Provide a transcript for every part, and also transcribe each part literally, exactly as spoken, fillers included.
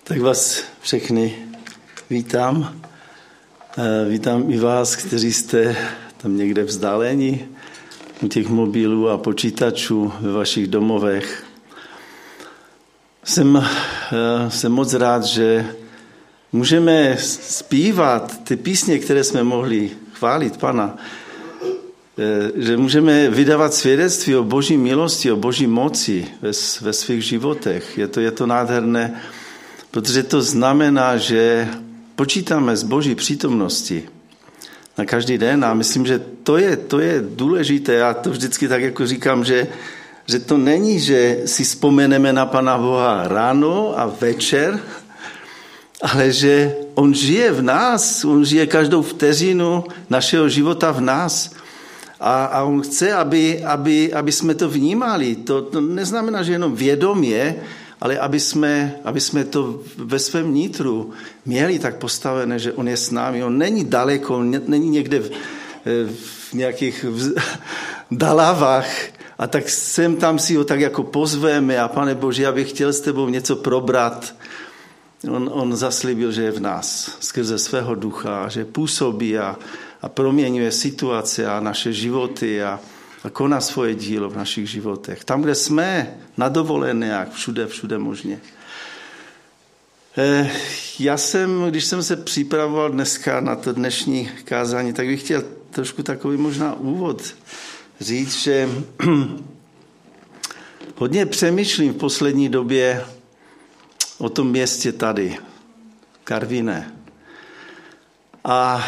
Tak vás všechny vítám. Vítám i vás, kteří jste tam někde vzdáleni u těch mobilů a počítačů ve vašich domovech. Jsem, jsem moc rád, že můžeme zpívat ty písně, které jsme mohli chválit Pana, že můžeme vydávat svědectví o Boží milosti, o Boží moci ve, ve svých životech. Je to, je to nádherné, protože to znamená, že počítáme s Boží přítomností na každý den a myslím, že to je, to je důležité. Já to vždycky tak jako říkám, že, že to není, že si vzpomeneme na Pana Boha ráno a večer, ale že on žije v nás, on žije každou vteřinu našeho života v nás a, a on chce, aby, aby, aby jsme to vnímali. To, to neznamená, že jenom vědomě, ale aby jsme, aby jsme to ve svém nitru měli tak postavené, že on je s námi. On není daleko, on není někde v, v nějakých dalavách a tak sem tam si ho tak jako pozveme a Pane Bože, já bych chtěl s tebou něco probrat. On, on zaslíbil, že je v nás skrze svého ducha, že působí a, a proměňuje situace a naše životy a a koná svoje dílo v našich životech. Tam, kde jsme, na dovolené, jak všude, všude možně. Já jsem, když jsem se připravoval dneska na to dnešní kázání, tak bych chtěl trošku takový možná úvod říct, že hodně přemýšlím v poslední době o tom městě tady, Karviné. A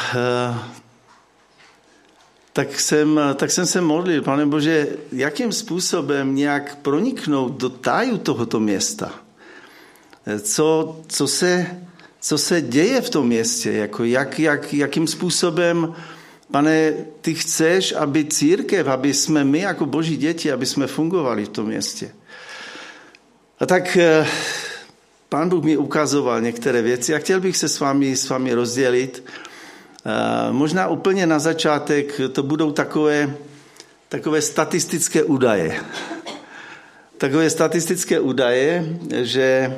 Tak jsem, tak jsem se modlil, Pane Bože, jakým způsobem nějak proniknout do táju tohoto města? Co, co, se, co se děje v tom městě? Jako jak, jak, jakým způsobem, Pane, ty chceš, aby církev, aby jsme my jako Boží děti, aby jsme fungovali v tom městě? A tak Pán Bůh mi ukazoval některé věci a chtěl bych se s vámi, s vámi rozdělit. Možná úplně na začátek to budou takové, takové statistické údaje. Takové statistické údaje, že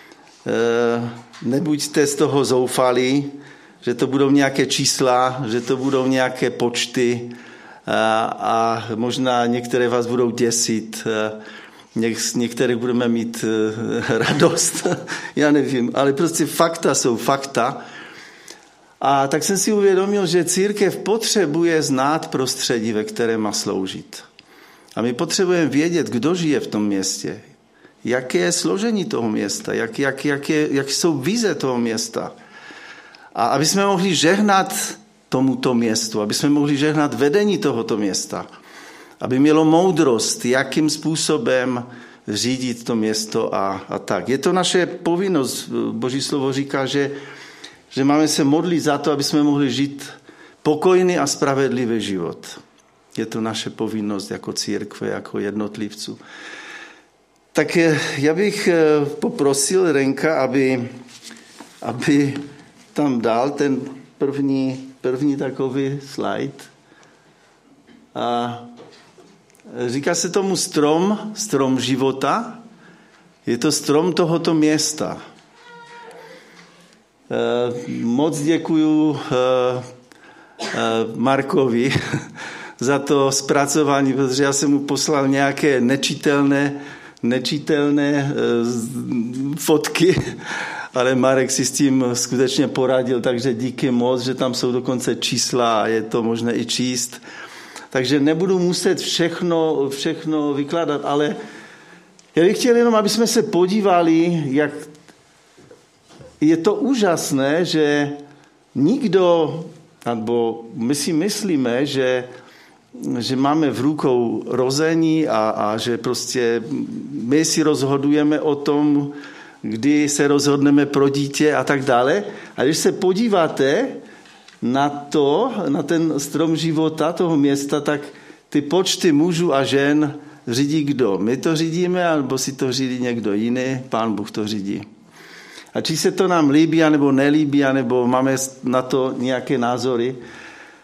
nebuďte z toho zoufalí, že to budou nějaké čísla, že to budou nějaké počty a, a možná některé vás budou děsit, některé budeme mít radost, já nevím, ale prostě fakta jsou fakta. A tak jsem si uvědomil, že církev potřebuje znát prostředí, ve kterém má sloužit. A my potřebujeme vědět, kdo žije v tom městě, jaké je složení toho města, jak, jak, jak, je, jak jsou vize toho města. A aby jsme mohli žehnat tomuto městu, aby jsme mohli žehnat vedení tohoto města, aby mělo moudrost, jakým způsobem řídit to město a, a tak. Je to naše povinnost. Boží slovo říká, že že máme se modlit za to, aby jsme mohli žít pokojný a spravedlivý život. Je to naše povinnost jako církve, jako jednotlivců. Tak já bych poprosil Renka, aby, aby tam dal ten první, první takový slide. A říká se tomu strom, strom života. Je to strom tohoto města. Moc děkuju Markovi za to zpracování, protože já jsem mu poslal nějaké nečitelné, nečitelné fotky, ale Marek si s tím skutečně poradil, takže díky moc, že tam jsou dokonce čísla a je to možné i číst. Takže nebudu muset všechno, všechno vykládat, ale já bych chtěl jenom, aby jsme se podívali, jak je to úžasné, že nikdo, nebo my si myslíme, že, že máme v rukou rození a, a že prostě my si rozhodujeme o tom, kdy se rozhodneme pro dítě a tak dále. A když se podíváte na to, na ten strom života toho města, tak ty počty mužů a žen řídí kdo? My to řídíme, alebo si to řídí někdo jiný? Pán Bůh to řídí. A či se to nám líbí, anebo nelíbí, anebo máme na to nějaké názory.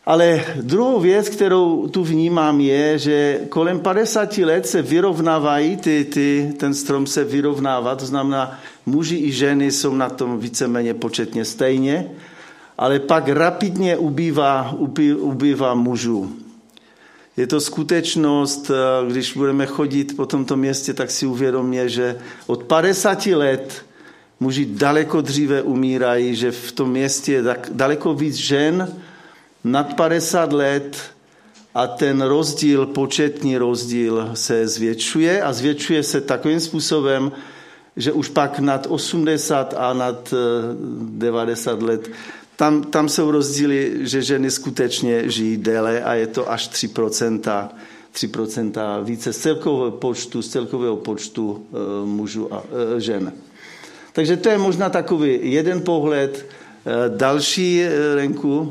Ale druhou věc, kterou tu vnímám, je, že kolem padesáti let se vyrovnávají, ty, ty, ten strom se vyrovnává, to znamená, muži i ženy jsou na tom víceméně početně stejně, ale pak rapidně ubývá, ubý, ubývá mužů. Je to skutečnost, když budeme chodit po tomto městě, tak si uvědomíme, že od padesáti let muži daleko dříve umírají, že v tom městě je daleko víc žen nad padesát let a ten rozdíl, početní rozdíl se zvětšuje a zvětšuje se takovým způsobem, že už pak nad osmdesát a nad devadesát let, tam, tam jsou rozdíly, že ženy skutečně žijí déle a je to až tři procenta, tři procenta více z celkového počtu, z celkového počtu uh, mužů a uh, žen. Takže to je možná takový jeden pohled. Uh, další uh, Renku.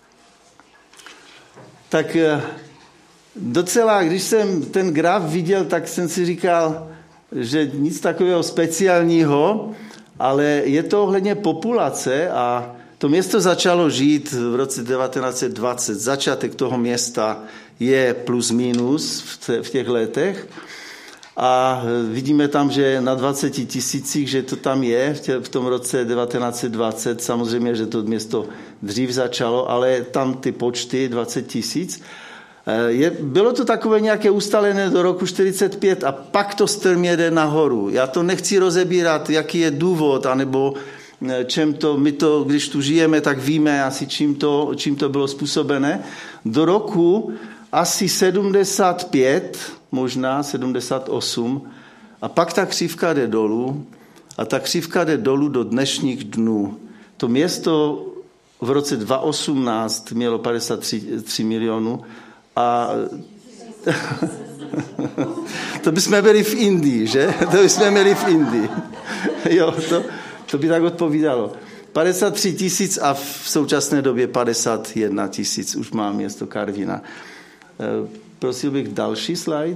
Tak uh, docela, když jsem ten graf viděl, tak jsem si říkal, že nic takového speciálního, ale je to ohledně populace a to město začalo žít v roce devatenáct set dvacet. Začátek toho města je plus minus v těch letech a vidíme tam, že na dvaceti tisících, že to tam je v tom roce devatenáct set dvacet. Samozřejmě, že to město dřív začalo, ale tam ty počty dvacet tisíc. Je, bylo to takové nějaké ustalené do roku čtyřicet pět a pak to strmě jde nahoru. Já to nechci rozebírat, jaký je důvod, anebo čem to, my to, když tu žijeme, tak víme asi, čím to, čím to bylo způsobené. Do roku asi sedmdesát pět, možná sedmdesát osm, a pak ta křivka jde dolů a ta křivka jde dolů do dnešních dnů. To město v roce dva tisíce osmnáct mělo padesát tři milionů a to bychom byli v Indii, že? To bychom měli v Indii. Jo, to, to by tak odpovídalo. padesát tři tisíc a v současné době padesát jedna tisíc už má město Karviná. Prosil bych další slide.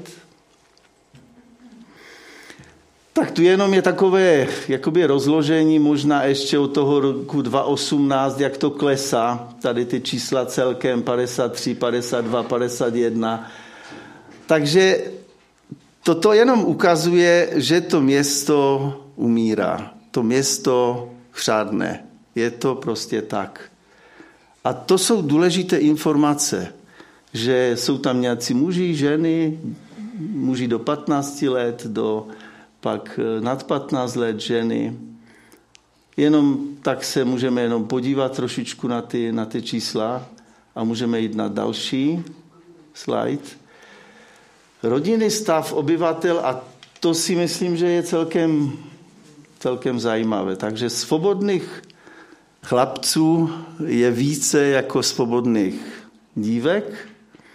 Tak tu jenom je takové jakoby rozložení, možná ještě od toho roku dva tisíce osmnáct, jak to klesá. Tady ty čísla celkem padesát tři, padesát dva, padesát jedna. Takže toto jenom ukazuje, že to město umírá. To město chřádne. Je to prostě tak. A to jsou důležité informace, že jsou tam nějací muži, ženy, muži do patnácti let, do pak nad patnáct let ženy. Jenom tak se můžeme jenom podívat trošičku na ty, na ty čísla a můžeme jít na další slide. Rodinný stav obyvatel a to si myslím, že je celkem, celkem zajímavé. Takže svobodných chlapců je více jako svobodných dívek.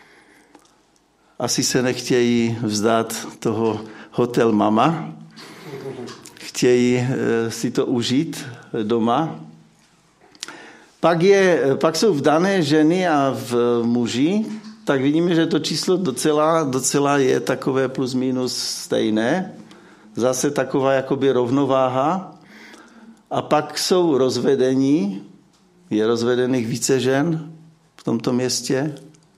Asi se nechtějí vzdát toho hotel mama. Chtějí si to užít doma. Pak, je, pak jsou vdané ženy a v muži, tak vidíme, že to číslo docela, docela je takové plus minus stejné. Zase taková jakoby rovnováha. A pak jsou rozvedení. Je rozvedených více žen v tomto městě.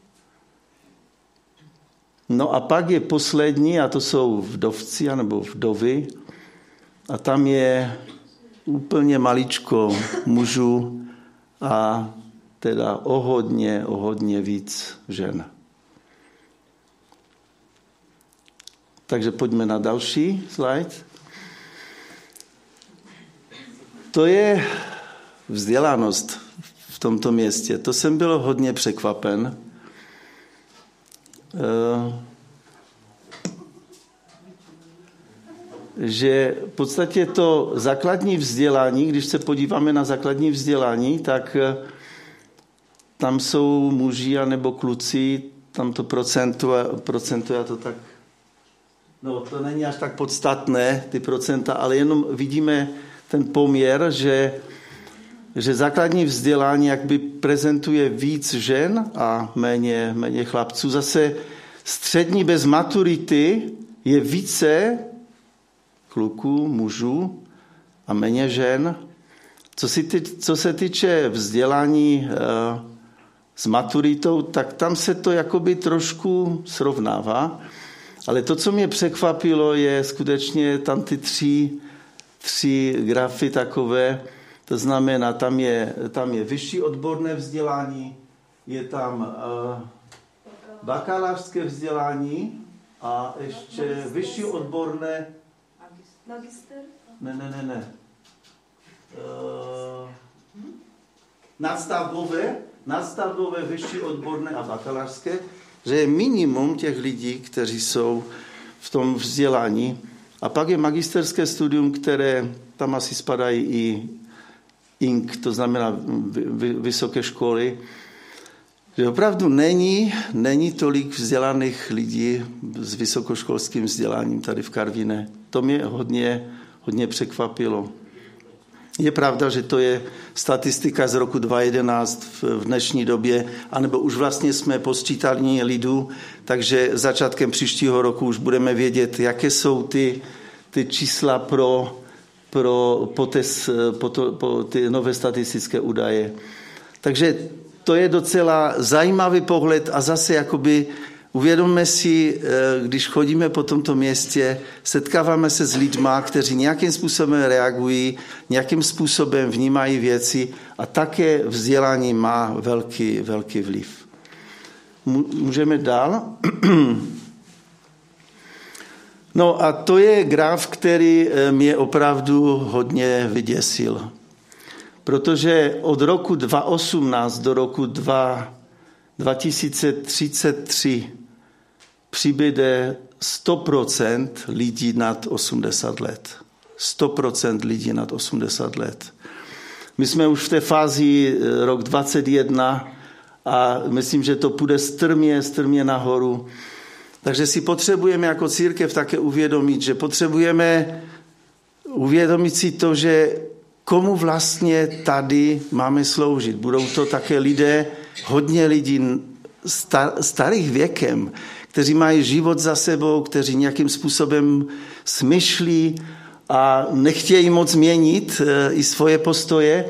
No a pak je poslední, a to jsou vdovci, anebo vdovy. A tam je úplně maličko mužů a teda o hodně, o hodně víc žen. Takže pojďme na další slide. To je vzdělanost v tomto městě. To jsem byl hodně překvapen. Že v podstatě to základní vzdělání, když se podíváme na základní vzdělání, tak tam jsou muži anebo kluci, tam to procento, procento já to tak, no to není až tak podstatné, ty procenta, ale jenom vidíme ten poměr, že, že základní vzdělání jakby prezentuje víc žen a méně, méně chlapců. Zase střední bez maturity je více kluků, mužů a méně žen. Co, si ty, co se týče vzdělání s maturitou, tak tam se to jakoby trošku srovnává. Ale to, co mě překvapilo, je skutečně tam ty tři, tři grafy takové. To znamená, tam je, tam je vyšší odborné vzdělání, je tam uh, bakalářské vzdělání a ještě vyšší odborné... Magister? Ne, ne, ne, ne. Uh, nadstavbové, nadstavbové, vyšší odborné a bakalářské, že je minimum těch lidí, kteří jsou v tom vzdělání. A pak je magisterské studium, které tam asi spadají i I N K, to znamená vysoké školy, že opravdu není, není tolik vzdělaných lidí s vysokoškolským vzděláním tady v Karviné. To mě hodně, hodně překvapilo. Je pravda, že to je statistika z roku dva tisíce jedenáct v dnešní době, anebo už vlastně jsme po sčítání lidu, takže začátkem příštího roku už budeme vědět, jaké jsou ty, ty čísla pro, pro po, tes, po, to, po ty nové statistické údaje. Takže to je docela zajímavý pohled a zase jakoby uvědomme si, když chodíme po tomto městě, setkáváme se s lidma, kteří nějakým způsobem reagují, nějakým způsobem vnímají věci a také vzdělání má velký, velký vliv. Můžeme dál? No a to je graf, který mě opravdu hodně vyděsil. Protože od roku dva tisíce osmnáct do roku dva tisíce třicet tři přibyde sto procent lidí nad osmdesát let. sto procent lidí nad osmdesát let. My jsme už v té fázi rok dvacet jedna a myslím, že to půjde strmě, strmě nahoru. Takže si potřebujeme jako církev také uvědomit, že potřebujeme uvědomit si to, že komu vlastně tady máme sloužit. Budou to také lidé, hodně lidí star, starých věkem, kteří mají život za sebou, kteří nějakým způsobem smyšlí a nechtějí moc měnit i svoje postoje.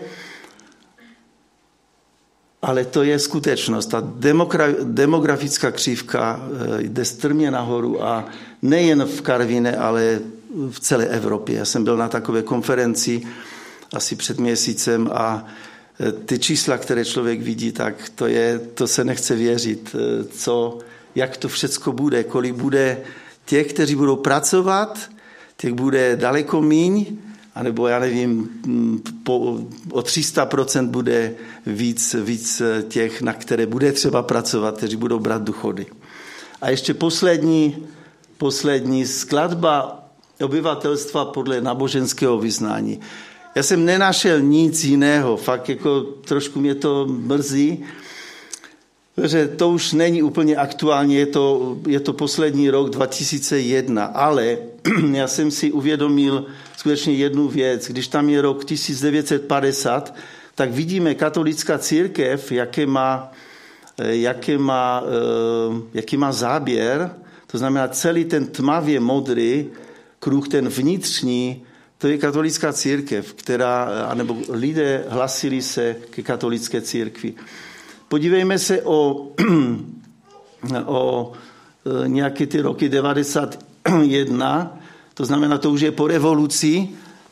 Ale to je skutečnost. Ta demografická křivka jde strmě nahoru a nejen v Karviné, ale v celé Evropě. Já jsem byl na takové konferenci asi před měsícem a ty čísla, které člověk vidí, tak to, je, to se nechce věřit, co, jak to všecko bude, kolik bude těch, kteří budou pracovat, těch bude daleko míň, anebo já nevím, po, o tři sta procent bude víc, víc těch, na které bude třeba pracovat, kteří budou brát důchody. A ještě poslední, poslední skladba obyvatelstva podle náboženského vyznání. Já jsem nenašel nic jiného, fakt jako trošku mě to mrzí, že to už není úplně aktuální, je to, je to poslední rok dva tisíce jedna, ale já jsem si uvědomil skutečně jednu věc. Když tam je rok tisíc devět set padesát, tak vidíme katolická církev, jaké má, jaké má, jaký má záběr, to znamená celý ten tmavě modrý kruh, ten vnitřní, to je katolická církev, která, anebo lidé hlasili se ke katolické církvi. Podívejme se o, o nějaké ty roky devadesát jedna, to znamená, to už je po revoluci,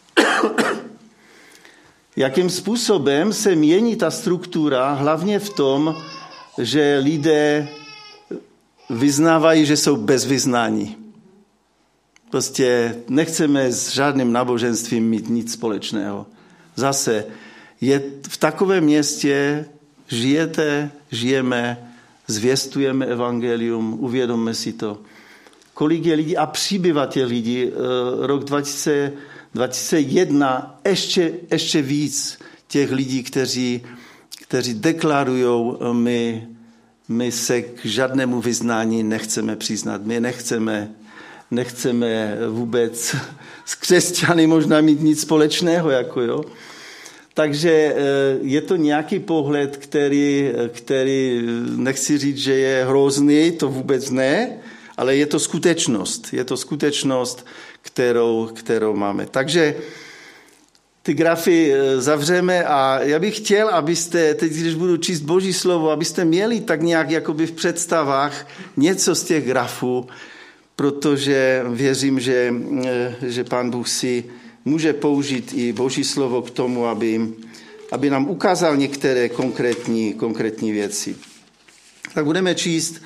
jakým způsobem se mění ta struktura, hlavně v tom, že lidé vyznávají, že jsou bez vyznání. Prostě nechceme s žádným náboženstvím mít nic společného. Zase je v takovém městě, žijete, žijeme, zvěstujeme evangelium, uvědomme si to. Kolik je lidí a přibývá těch lidí. Rok dva tisíce jedna ještě, ještě víc těch lidí, kteří, kteří deklarují, my, my se k žádnému vyznání nechceme přiznat, my nechceme nechceme vůbec s křesťany možná mít nic společného. Jako jo. Takže je to nějaký pohled, který, který nechci říct, že je hrozný, to vůbec ne, ale je to skutečnost. Je to skutečnost, kterou, kterou máme. Takže ty grafy zavřeme a já bych chtěl, abyste, teď když budu číst Boží slovo, abyste měli tak nějak jakoby v představách něco z těch grafů, protože věřím, že, že Pán Bůh si může použít i Boží slovo k tomu, aby, aby nám ukázal některé konkrétní, konkrétní věci. Tak budeme číst,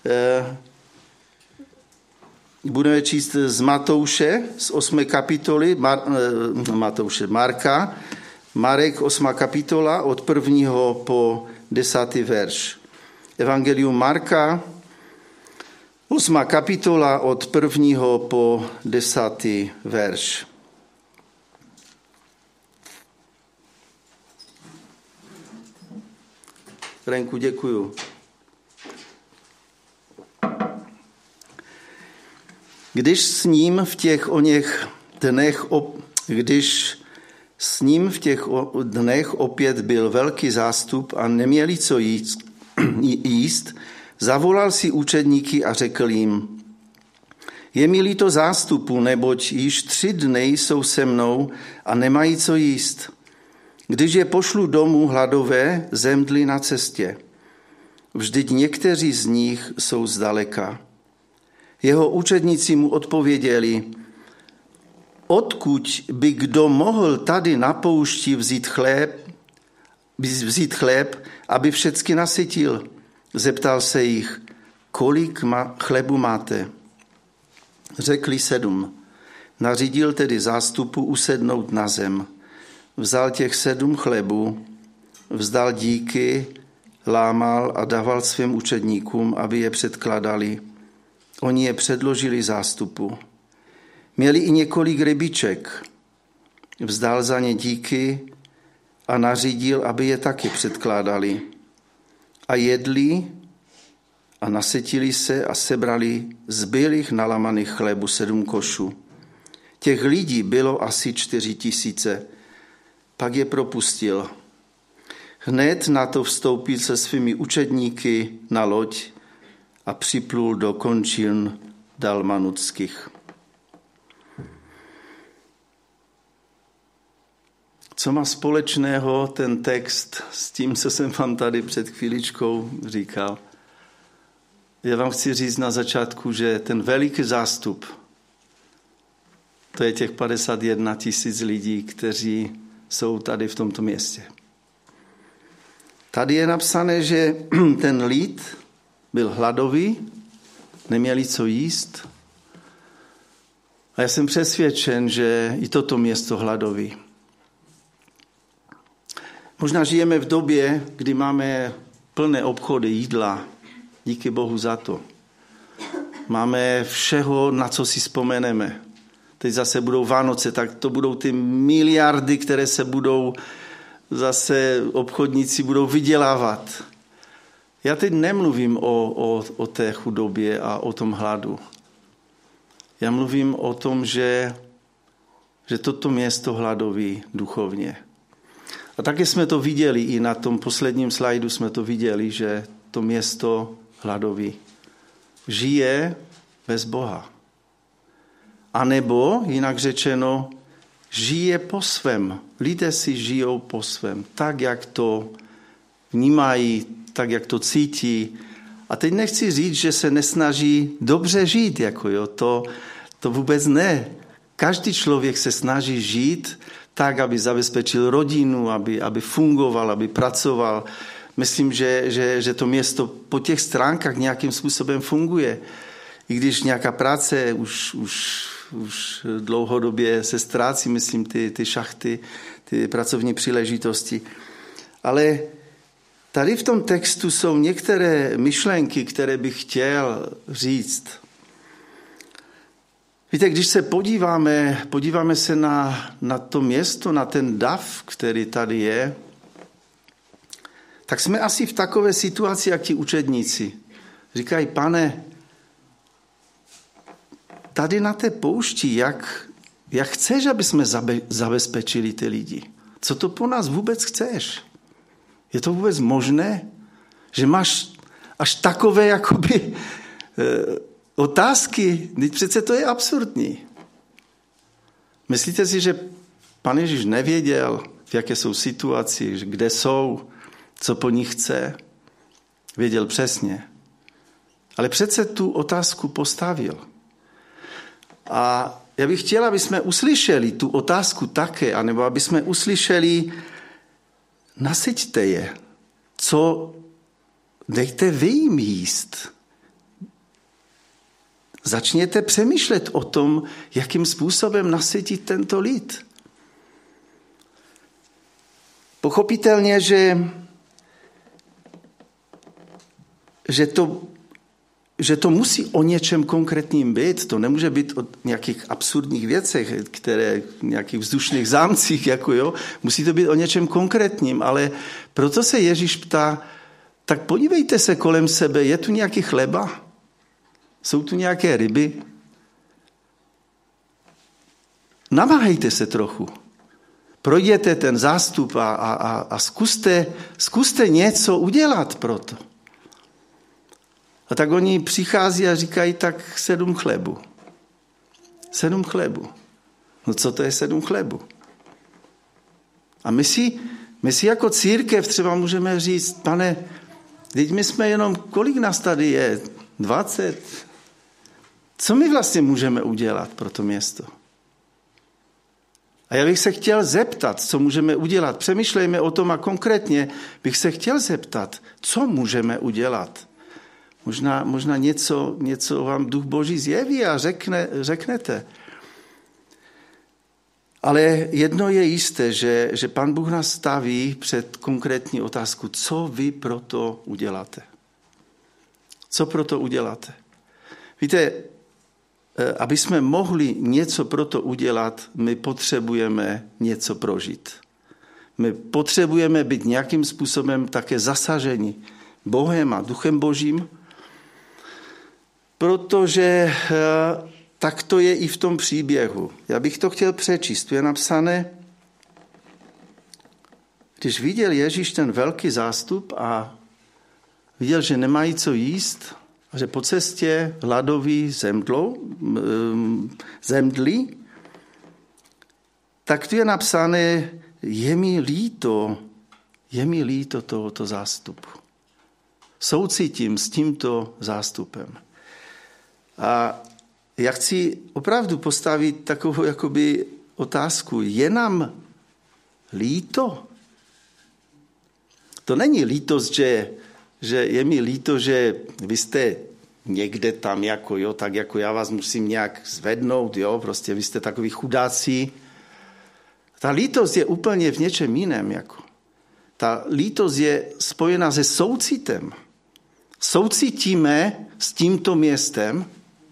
budeme číst z Matouše, z osmé kapitoly, Mar, Matouše, Marka, Marek, osmá kapitola, od prvního po desátý verš. Evangelium Marka, osmá kapitola, od prvního po desátý verš. Renku, děkuju. Když s ním v těch o něch dnech, op, když s ním v těch dnech opět byl velký zástup a neměli co jíst, jíst, zavolal si učedníky a řekl jim, je mi líto zástupu, neboť již tři dny jsou se mnou a nemají co jíst. Když je pošlu domů hladové, zemdli na cestě. Vždyť někteří z nich jsou zdaleka. Jeho učedníci mu odpověděli, odkud by kdo mohl tady na poušti vzít chléb, vzít chléb, aby všecky nasytil? Zeptal se jich, kolik ma, chlebu máte? Řekli sedm. Nařídil tedy zástupu usednout na zem. Vzal těch sedm chlebů, vzdal díky, lámal a dával svým učedníkům, aby je předkládali. Oni je předložili zástupu. Měli i několik rybiček. Vzdal za ně díky a nařídil, aby je taky předkládali. A jedli a nasytili se a sebrali zbylých nalamaných chlebu sedm košů. Těch lidí bylo asi čtyři tisíce. Pak je propustil. Hned na to vstoupil se svými učedníky na loď a připlul do končin dalmanutských. Co má společného ten text s tím, co jsem vám tady před chvíličkou říkal? Já vám chci říct na začátku, že ten veliký zástup, to je těch padesát jedna tisíc lidí, kteří jsou tady v tomto městě. Tady je napsané, že ten lid byl hladový, neměli co jíst. A já jsem přesvědčen, že i toto město hladový. Možná žijeme v době, kdy máme plné obchody jídla. Díky Bohu za to. Máme všeho, na co si vzpomeneme. Teď zase budou Vánoce, tak to budou ty miliardy, které se budou zase obchodníci budou vydělávat. Já teď nemluvím o, o, o té chudobě a o tom hladu. Já mluvím o tom, že, že toto město hladoví duchovně. A taky jsme to viděli, i na tom posledním slajdu jsme to viděli, že to město hladoví žije bez Boha. A nebo, jinak řečeno, žije po svém. Lidé si žijou po svém, tak, jak to vnímají, tak, jak to cítí. A teď nechci říct, že se nesnaží dobře žít, jako jo, to, to vůbec ne. Každý člověk se snaží žít tak, aby zabezpečil rodinu, aby, aby fungoval, aby pracoval. Myslím, že, že, že to město po těch stránkách nějakým způsobem funguje. I když nějaká práce už, už, už dlouhodobě se ztrácí, myslím, ty, ty šachty, ty pracovní příležitosti. Ale tady v tom textu jsou některé myšlenky, které bych chtěl říct. Víte, když se podíváme, podíváme se na, na to město, na ten dav, který tady je, tak jsme asi v takové situaci, jak ti učedníci. Říkají, pane, tady na té poušti, jak, jak chceš, aby jsme zabe, zabezpečili ty lidi? Co to po nás vůbec chceš? Je to vůbec možné, že máš až takové jakoby e, otázky? Teď přece to je absurdní. Myslíte si, že Pán Ježíš nevěděl, v jaké jsou situaci, kde jsou, co po nich chce. Věděl přesně. Ale přece tu otázku postavil. A já bych chtěla, aby jsme uslyšeli tu otázku také, anebo aby jsme uslyšeli, nasyťte je, co dejte vy jim jíst. Začněte přemýšlet o tom, jakým způsobem nasytit tento lid. Pochopitelně, že, že, to, že to musí o něčem konkrétním být. To nemůže být o nějakých absurdních věcech, které nějakých vzdušných zámcích, jako jo. Musí to být o něčem konkrétním, ale proto se Ježíš ptá, tak podívejte se kolem sebe, je tu nějaký chleba? Jsou tu nějaké ryby? Namáhejte se trochu. Projděte ten zástup a, a, a zkuste, zkuste něco udělat pro to. A tak oni přichází a říkají, tak sedm chlebu. Sedm chlebu. No co to je sedm chlebu? A my si, my si jako církev třeba můžeme říct, pane, teď my jsme jenom, kolik nás tady je? dvacet? Co my vlastně můžeme udělat pro to město? A já bych se chtěl zeptat, co můžeme udělat. Přemýšlejme o tom a konkrétně bych se chtěl zeptat, co můžeme udělat. Možná, možná něco, něco vám Duch Boží zjeví a řekne, řeknete. Ale jedno je jisté, že, že Pán Bůh nás staví před konkrétní otázku, co vy pro to uděláte. Co pro to uděláte? Víte, aby jsme mohli něco pro to udělat, my potřebujeme něco prožít. My potřebujeme být nějakým způsobem také zasaženi Bohem a Duchem Božím, protože tak to je i v tom příběhu. Já bych to chtěl přečíst. Tu je napsané, když viděl Ježíš ten velký zástup a viděl, že nemají co jíst, a že po cestě hladoví zemdlou, zemdlí, tak tu je napsané, je mi líto, je mi líto tohoto zástupu. Soucítím s tímto zástupem. A já chci opravdu postavit takovou jakoby otázku. Je nám líto? To není lítost, že, že je mi líto, že vy jste někde tam, jako, jo, tak jako já vás musím nějak zvednout, jo, prostě vy jste takový chudáci. Ta lítost je úplně v něčem jiném. Jako. Ta lítost je spojena se soucitem. Soucitíme s tímto městem,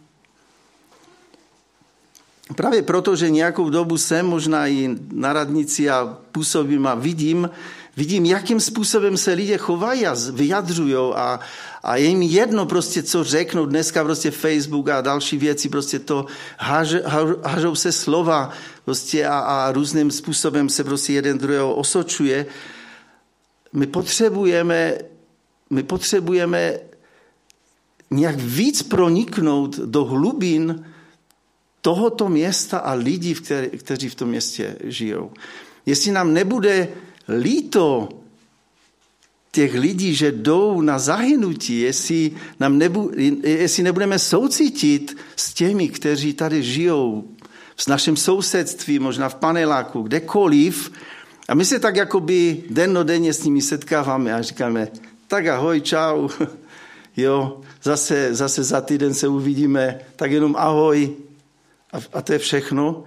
právě proto, že nějakou dobu jsem možná i na radnici a působím a vidím, vidím, jakým způsobem se lidé chovají a vyjadřují a, a je jim jedno prostě, co řeknou dneska prostě Facebook a další věci, prostě to háže, hážou se slova prostě a, a různým způsobem se prostě jeden druhého osočuje. My potřebujeme, my potřebujeme nějak víc proniknout do hlubin tohoto města a lidí, kteří v tom městě žijou. Jestli nám nebude líto těch lidí, že jdou na zahynutí, jestli, nám nebu, jestli nebudeme soucítit s těmi, kteří tady žijou v našem sousedství, možná v paneláku, kdekoliv, a my se tak jakoby dennodenně s nimi setkáváme a říkáme, tak ahoj, čau, jo, zase, zase za týden se uvidíme, tak jenom ahoj, a, a to je všechno.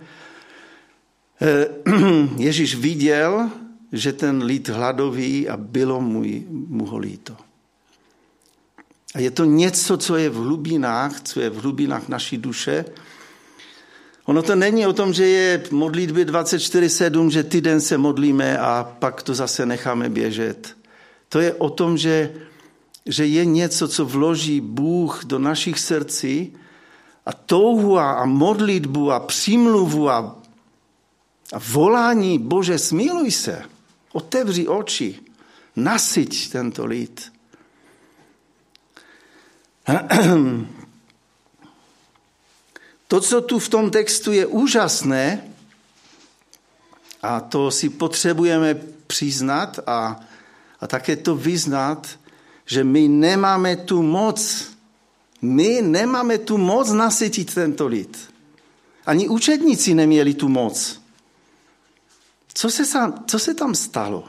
Ježíš viděl, že ten lid hladový a bylo mu, mu ho líto. A je to něco, co je v hlubinách, co je v hlubinách naší duše. Ono to není o tom, že je modlitby dvacet čtyři sedm, že týden se modlíme a pak to zase necháme běžet. To je o tom, že, že je něco, co vloží Bůh do našich srdcí a touhu a modlitbu a přímluvu a, a volání, Bože, smiluj se, otevři oči, nasyť tento lid. To, co tu v tom textu je úžasné, A to si potřebujeme přiznat a, a také to vyznat, že my nemáme tu moc. My nemáme tu moc nasytit tento lid. Ani učedníci neměli tu moc. Co se, sam, co se tam stalo?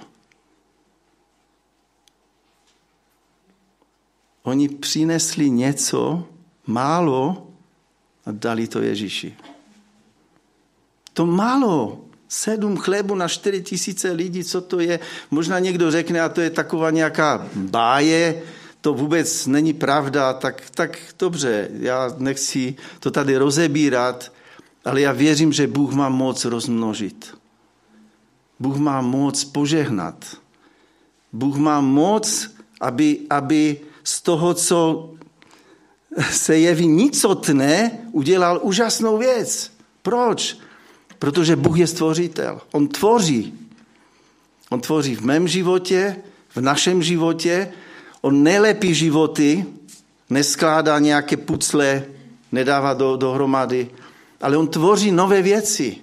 Oni přinesli něco málo a dali to Ježíši. To málo. Sedm chlebů na čtyři tisíce lidí, co to je? Možná někdo řekne, a to je taková nějaká báje, to vůbec není pravda, tak, tak dobře, já nechci to tady rozebírat, ale já věřím, že Bůh má moc rozmnožit. Bůh má moc požehnat. Bůh má moc, aby, aby z toho, co se jeví nicotné, udělal úžasnou věc. Proč? Protože Bůh je stvořitel. On tvoří. On tvoří v mém životě, v našem životě. On nelepí životy, neskládá nějaké pucle, nedává do, dohromady, ale on tvoří nové věci.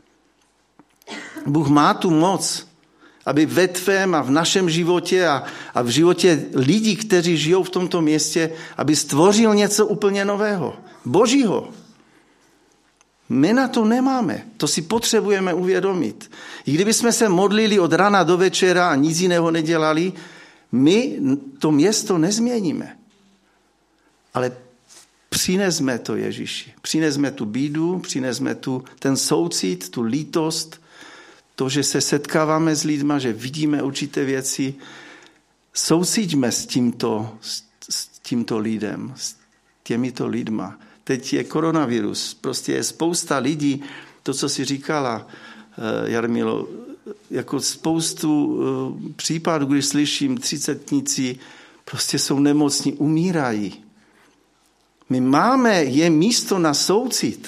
Bůh má tu moc, aby ve tvém a v našem životě a, a v životě lidí, kteří žijou v tomto městě, aby stvořil něco úplně nového, božího. My na to nemáme, to si potřebujeme uvědomit. I kdybychom se modlili od rána do večera a nic jiného nedělali, my to město nezměníme. Ale přinesme to Ježíši. Přinesme tu bídu, přinesme tu ten soucit, tu lítost, to, že se setkáváme s lidma, že vidíme určité věci. Souciťme s tímto, s tímto lidem, s těmito lidma. Teď je koronavirus, prostě je spousta lidí, to, co si říkala, Jarmilo, jako spoustu případů, když slyším třicetníci, prostě jsou nemocní, umírají. My máme, je místo na soucit.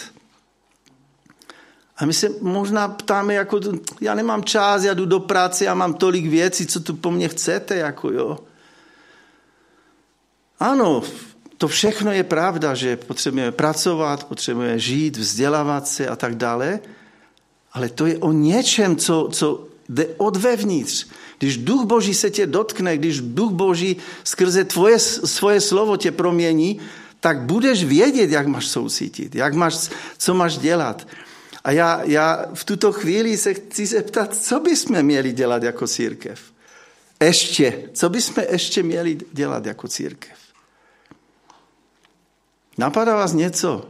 A my se možná ptáme, jako, já nemám čas, já jdu do práce, já mám tolik věcí, co tu po mně chcete, jako jo. Ano, to všechno je pravda, že potřebujeme pracovat, potřebujeme žít, vzdělávat se a tak dále, ale to je o něčem, co, co jde od vevnitř. Když Duch Boží se tě dotkne, když Duch Boží skrze tvoje, svoje slovo tě promění, tak budeš vědět, jak máš soucítit, jak máš, co máš dělat. A já, já v tuto chvíli se chci zeptat, co bychom měli dělat jako církev? Ještě, co bychom ještě měli dělat jako církev? Napadá vás něco?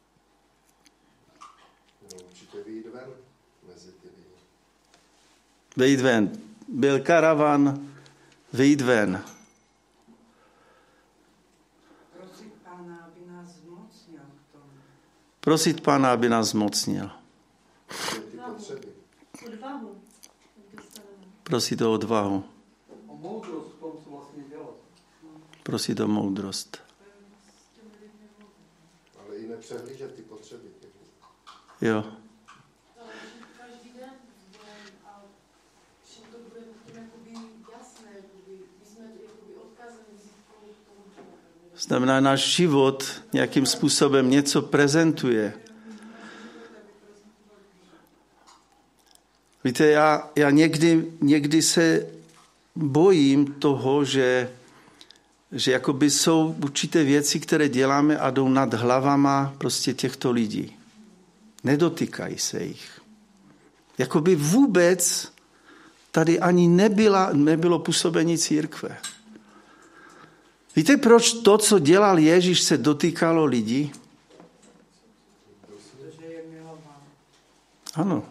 Určitě vyjít ven mezi ty lidi. Vyjít ven. Byl karavan, vyjít ven. Prosit Pána, aby nás zmocnil k tomu. Prosit Pána, aby nás zmocnil. Odvahu. Prosit o odvahu. O moudrost v tom, co vlastně dělat. Prosit o moudrost. Ale i nepřehlížet ty potřeby. Jo. Každý den a všechno to bude v tom jakoby jasné, jakoby, my jsme jakoby odkázaní k tomu. Znamená, náš život nějakým způsobem něco prezentuje. Víte, já, já někdy, někdy se bojím toho, že, že jakoby jsou určité věci, které děláme a jdou nad hlavama prostě těchto lidí. Nedotýkají se jich. Jakoby vůbec tady ani nebyla, nebylo působení církve. Víte, proč to, co dělal Ježíš, se dotýkalo lidí? Ano.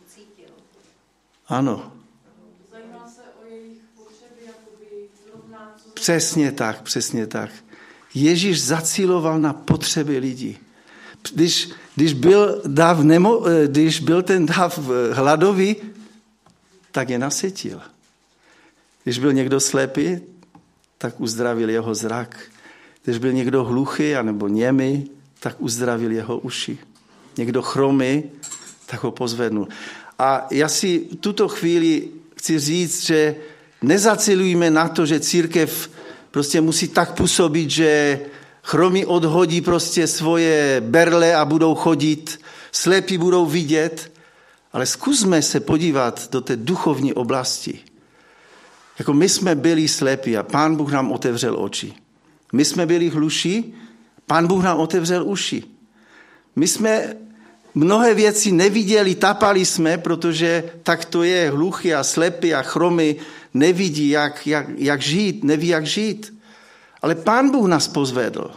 Ano. Zajímal se o jejich potřeby, jakoby zrovna... Co... Přesně tak, přesně tak. Ježíš zacíloval na potřeby lidí. Když, když, byl, dav nemo, když byl ten dav hladový, tak je nasytil. Když byl někdo slepý, tak uzdravil jeho zrak. Když byl někdo hluchý anebo němý, tak uzdravil jeho uši. Někdo chromý, tak ho pozvednul. A já si tuto chvíli chci říct, že nezacilujeme na to, že církev prostě musí tak působit, že chromí odhodí prostě svoje berle a budou chodit, slepí budou vidět, Ale zkusme se podívat do té duchovní oblasti. Jako my jsme byli slepí a Pán Bůh nám otevřel oči. My jsme byli hluší, Pán Bůh nám otevřel uši. My jsme mnohé věci neviděli, tapali jsme, protože tak to je, hluchý a slepý a chromý, nevidí, jak, jak, jak žít, neví, jak žít. Ale Pán Bůh nás pozvedl.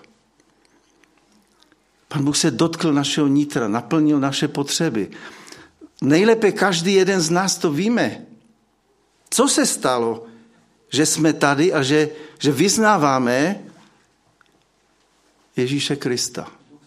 Pán Bůh se dotkl našeho nitra, naplnil naše potřeby. Nejlépe každý jeden z nás to víme. Co se stalo, že jsme tady a že, že vyznáváme Ježíše Krista?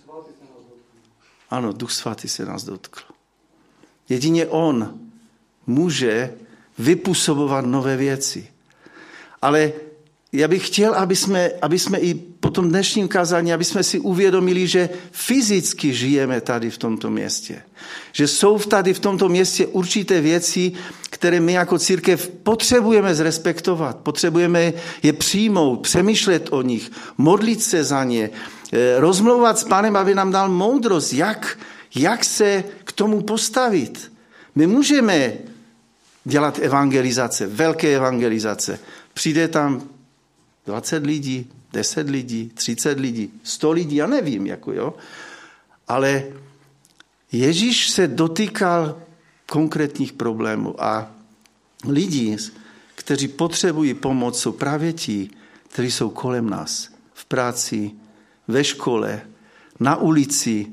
Ano, Duch Svatý se nás dotkl. Jedině on může vypůsobovat nové věci. Ale já bych chtěl, aby jsme, aby jsme i po tom dnešním kázání, aby jsme si uvědomili, že fyzicky žijeme tady v tomto městě. Že jsou tady v tomto městě určité věci, které my jako církev potřebujeme zrespektovat, potřebujeme je přijmout, přemýšlet o nich, modlit se za ně, rozmlouvat s Pánem, aby nám dal moudrost, jak, jak se k tomu postavit. My můžeme dělat evangelizace, velké evangelizace. Přijde tam dvacet lidí, deset lidí, třicet lidí, sto lidí, já nevím, jako jo. Ale Ježíš se dotýkal konkrétních problémů a lidi, kteří potřebují pomoc, jsou právě ti, kteří jsou kolem nás, v práci, ve škole, na ulici,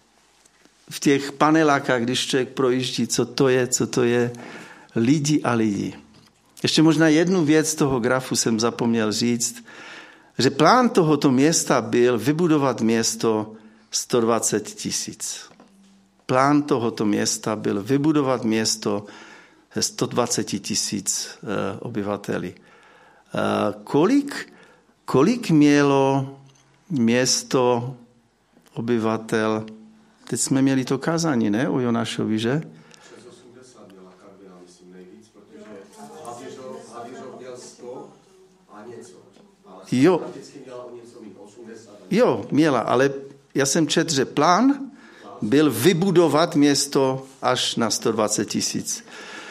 v těch panelákách, když člověk projíždí, co to je, co to je, lidi a lidi. Ještě možná jednu věc z toho grafu jsem zapomněl říct, že plán tohoto města byl vybudovat město sto dvacet tisíc. Plán tohoto města byl vybudovat město se sto dvacet tisíc obyvateli. Kolik, kolik mělo město obyvatel? Teď jsme měli to kázání, ne? O Jonášovi, že? šest osmdesát měla Karviná, myslím, nejvíc, protože Havířov, Havířov měl sto a něco. Ale jo. vždycky měla o něco mít, osmdesát. Jo, měla, ale já jsem četl, že plán byl vybudovat město až na sto dvacet tisíc.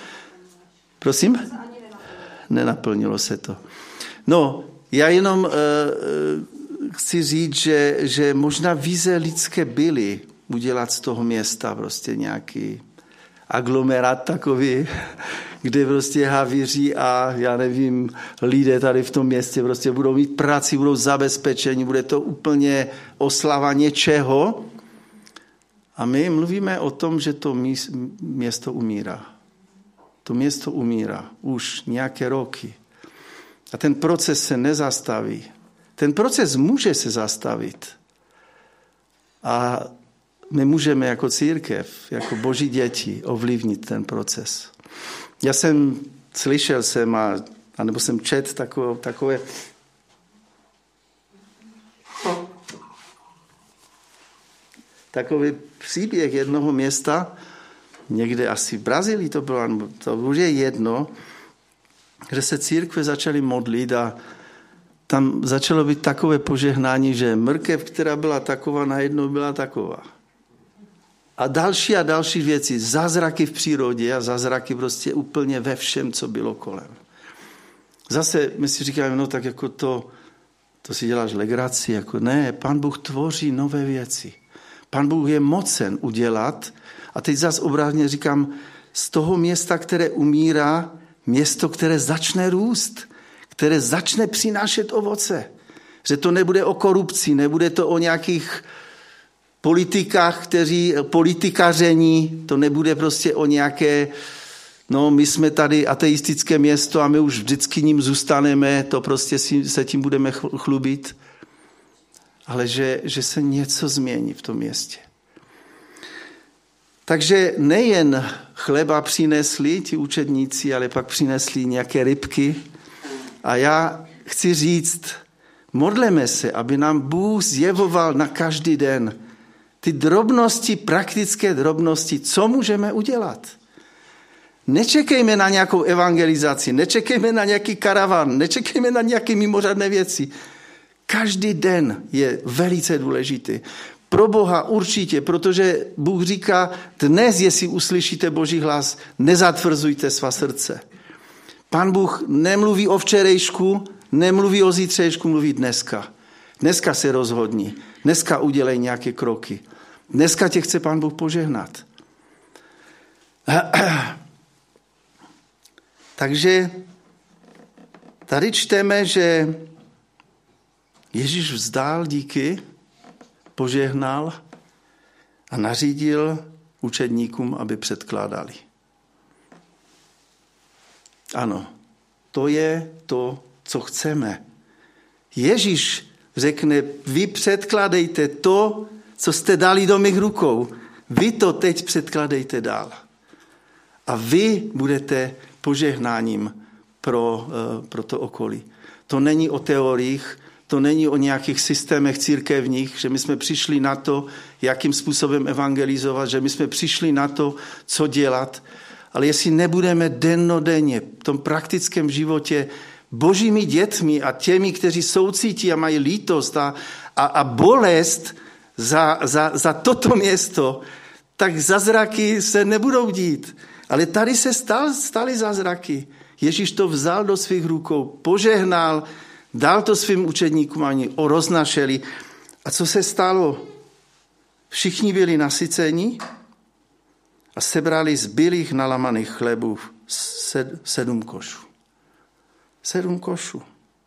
Prosím? Nenaplnilo se to. No, já jenom uh, chci říct, že, že možná vize lidské byly udělat z toho města prostě nějaký aglomerát takový, kde prostě Havíři a já nevím, lidé tady v tom městě prostě budou mít práci, budou zabezpečeni, bude to úplně oslava něčeho. A my mluvíme o tom, že to město umírá. To město umírá už nějaké roky. A ten proces se nezastaví. Ten proces může se zastavit. A my můžeme jako církev, jako boží děti ovlivnit ten proces. Já jsem, slyšel jsem, a, anebo jsem četl takové, takové takový příběh jednoho města, někde asi v Brazílii to bylo, to už je jedno, kde se církve začaly modlit a tam začalo být takové požehnání, že mrkev, která byla taková, najednou byla taková. A další a další věci, zázraky v přírodě a zázraky prostě úplně ve všem, co bylo kolem. Zase my si říkáme, no tak jako to, to si děláš legraci, jako ne, Pán Bůh tvoří nové věci. Pán Bůh je mocen udělat a teď zase obráceně říkám, z toho města, které umírá, město, které začne růst, které začne přinášet ovoce. Že to nebude o korupci, nebude to o nějakých politikách, kteří politikaření, to nebude prostě o nějaké, no my jsme tady ateistické město a my už vždycky ním zůstaneme, to prostě si, se tím budeme chlubit. Ale že, že se něco změní v tom městě. Takže nejen chleba přinesli ti učedníci, ale pak přinesli nějaké rybky. A já chci říct, modleme se, aby nám Bůh zjevoval na každý den ty drobnosti, praktické drobnosti, co můžeme udělat. Nečekejme na nějakou evangelizaci, nečekejme na nějaký karavan, nečekejme na nějaké mimořádné věci. Každý den je velice důležitý. Pro Boha určitě, protože Bůh říká, dnes, jestli uslyšíte Boží hlas, nezatvrzujte svá srdce. Pán Bůh nemluví o včerejšku, nemluví o zítřejšku, mluví dneska. Dneska se rozhodni, dneska udělej nějaké kroky. Dneska tě chce Pán Bůh požehnat. Takže tady čteme, že Ježíš vzdál díky, požehnal a nařídil učedníkům, aby předkládali. Ano, to je to, co chceme. Ježíš řekne, vy předkládejte to, co jste dali do mých rukou. Vy to teď předkládejte dál. A vy budete požehnáním pro, pro to okolí. To není o teoriích, to není o nějakých systémech církevních, že my jsme přišli na to, jakým způsobem evangelizovat, že my jsme přišli na to, co dělat. Ale jestli nebudeme dennodenně v tom praktickém životě božími dětmi a těmi, kteří soucítí a mají lítost a, a, a bolest za, za, za toto město, tak zázraky se nebudou dít. Ale tady se stal, staly zázraky. Ježíš to vzal do svých rukou, požehnal, dal to svým učedníkům, oni ho roznašeli. A co se stalo? Všichni byli nasyceni a sebrali z bílých nalamaných chlebů sed, sedm košů. Sedm košů.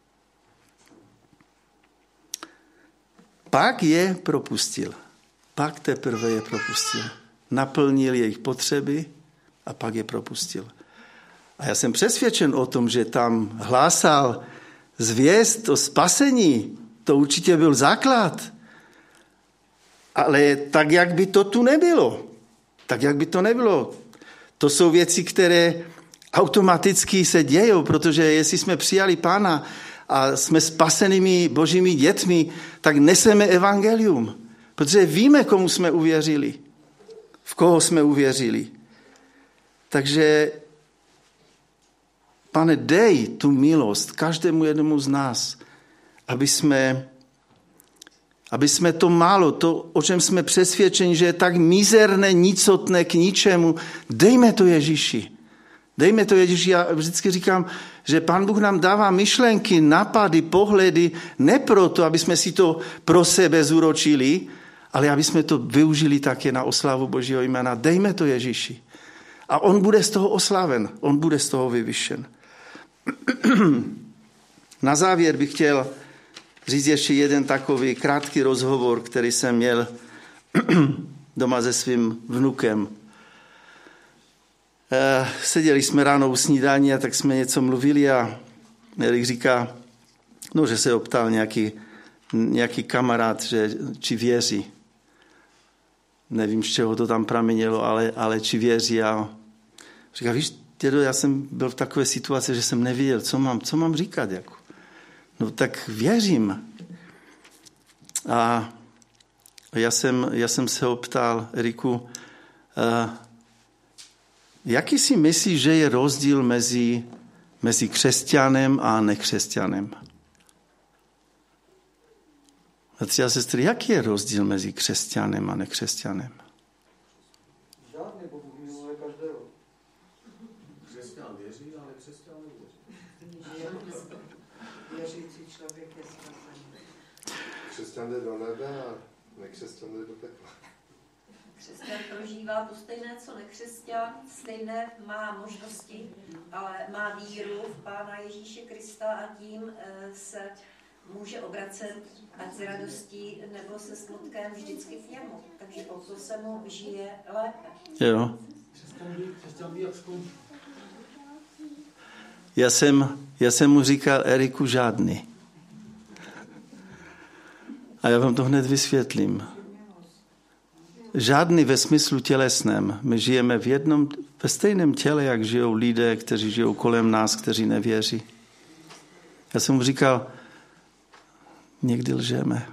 Pak je propustil. Pak teprve je propustil. Naplnil jejich potřeby a pak je propustil. A já jsem přesvědčen o tom, že tam hlásal zvěst o spasení. To určitě byl základ. Ale tak, jak by to tu nebylo. Tak, jak by to nebylo. To jsou věci, které automaticky se dějou, protože jestli jsme přijali Pána a jsme spasenými božími dětmi, tak neseme evangelium. Protože víme, komu jsme uvěřili. V koho jsme uvěřili. Takže, Pane, dej tu milost každému jednomu z nás, aby jsme, aby jsme to málo, to, o čem jsme přesvědčeni, že je tak mizerné, nicotné k ničemu, dejme to Ježíši. Dejme to Ježíši. Já vždycky říkám, že Pán Bůh nám dává myšlenky, napady, pohledy, ne proto, aby jsme si to pro sebe zúročili, ale aby jsme to využili také na oslavu Božího jména. Dejme to Ježíši. A on bude z toho oslaven, on bude z toho vyvyšen. Na závěr bych chtěl říct ještě jeden takový krátký rozhovor, který jsem měl doma se svým vnukem. Seděli jsme ráno u snídání a tak jsme něco mluvili a Erik říká, no, že se optal nějaký, nějaký kamarád, že, či věří. Nevím, z čeho to tam pramenilo, ale, ale či věří. A říká, víš, dědo, já jsem byl v takové situaci, že jsem nevěděl, co mám, co mám říkat. Jako. No tak věřím. A já jsem, já jsem se ho ptal, Eriku, uh, jaký si myslíš, že je rozdíl mezi, mezi křesťanem a nekřesťanem? Bratři a sestry, jaký je rozdíl mezi křesťanem a nekřesťanem? Žádný, bo Bůh miluje každého. Křesťan věří, ale křesťan nevěří. Věřící člověk je spasený. Křesťan jde do nebe a nekřesťan jde do pekla. Křesťan prožívá to stejné, co nekřesťan, stejné má možnosti, ale má víru v Pána Ježíše Krista a tím se může obracet ať s radostí nebo se smutkem vždycky k němu. Takže o to se mu žije lépe. Jo. Křesťan ví, jak skončí. Já jsem, já jsem mu říkal, Eriku, žádný. A já vám to hned vysvětlím. Žádný ve smyslu tělesném. My žijeme v jednom, ve stejném těle, jak žijou lidé, kteří žijou kolem nás, kteří nevěří. Já jsem mu říkal, někdy lžeme.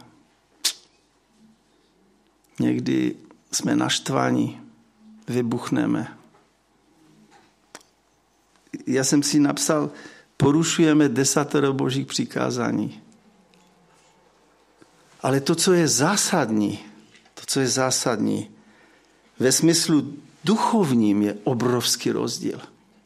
Někdy jsme naštvaní, vybuchneme. Já jsem si napsal, porušujeme desatero božích přikázání. Ale to, co je zásadní, co je zásadní, ve smyslu duchovním je obrovský rozdíl.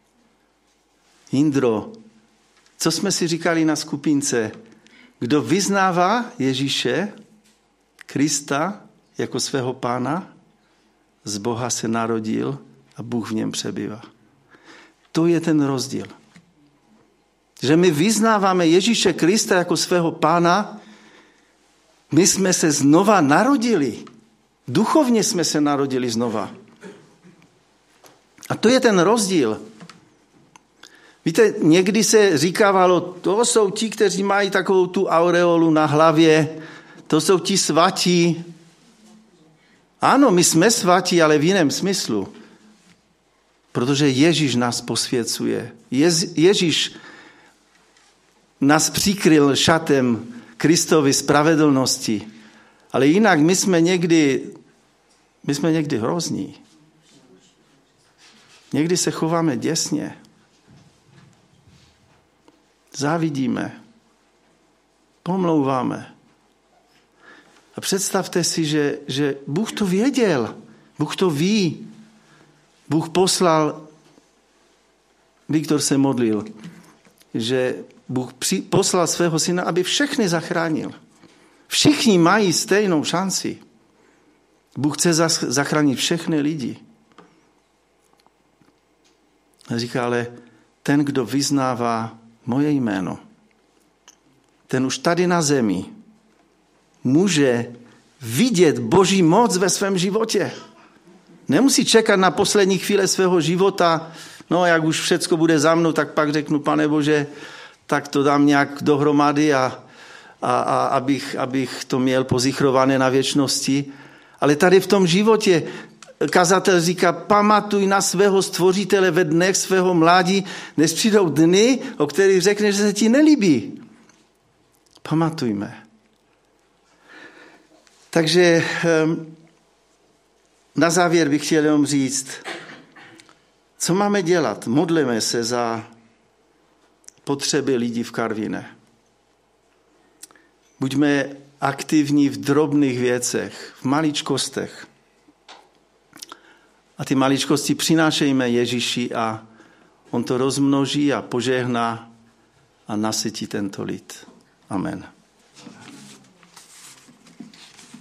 Jindro, co jsme si říkali na skupince? Kdo vyznává Ježíše, Krista, jako svého pána, z Boha se narodil a Bůh v něm přebývá. To je ten rozdíl. Že my vyznáváme Ježíše Krista jako svého pána, my jsme se znova narodili. Duchovně jsme se narodili znova. A to je ten rozdíl. Víte, někdy se říkávalo, to jsou ti, kteří mají takovou tu aureolu na hlavě, to jsou ti svatí. Ano, my jsme svatí, ale v jiném smyslu. Protože Ježíš nás posvěcuje. Ježíš nás přikryl šatem Kristovy spravedlnosti. Ale jinak my jsme někdy, my jsme někdy hrozní. Někdy se chováme děsně. Závidíme. Pomlouváme. A představte si, že, že Bůh to věděl. Bůh to ví. Bůh poslal, Viktor se modlil, že Bůh při, poslal svého syna, aby všechny zachránil. Všichni mají stejnou šanci. Bůh chce zachránit všechny lidi. A říká, ale ten, kdo vyznává moje jméno, ten už tady na zemi může vidět Boží moc ve svém životě. Nemusí čekat na poslední chvíle svého života, no jak už všecko bude za mnou, tak pak řeknu, Pane Bože, tak to dám nějak dohromady a, a, a abych, abych to měl pozichrované na věčnosti. Ale tady v tom životě kazatel říká, pamatuj na svého stvořitele ve dnech svého mládí, než přijdou dny, o kterých řekneš, že se ti nelíbí. Pamatujme. Takže na závěr bych chtěl jenom říct, co máme dělat? Modlíme se za potřeby lidí v Karviné. Buďme aktivní v drobných věcech, v maličkostech. A ty maličkosti přinášejme Ježíši a on to rozmnoží a požehná a nasytí tento lid. Amen.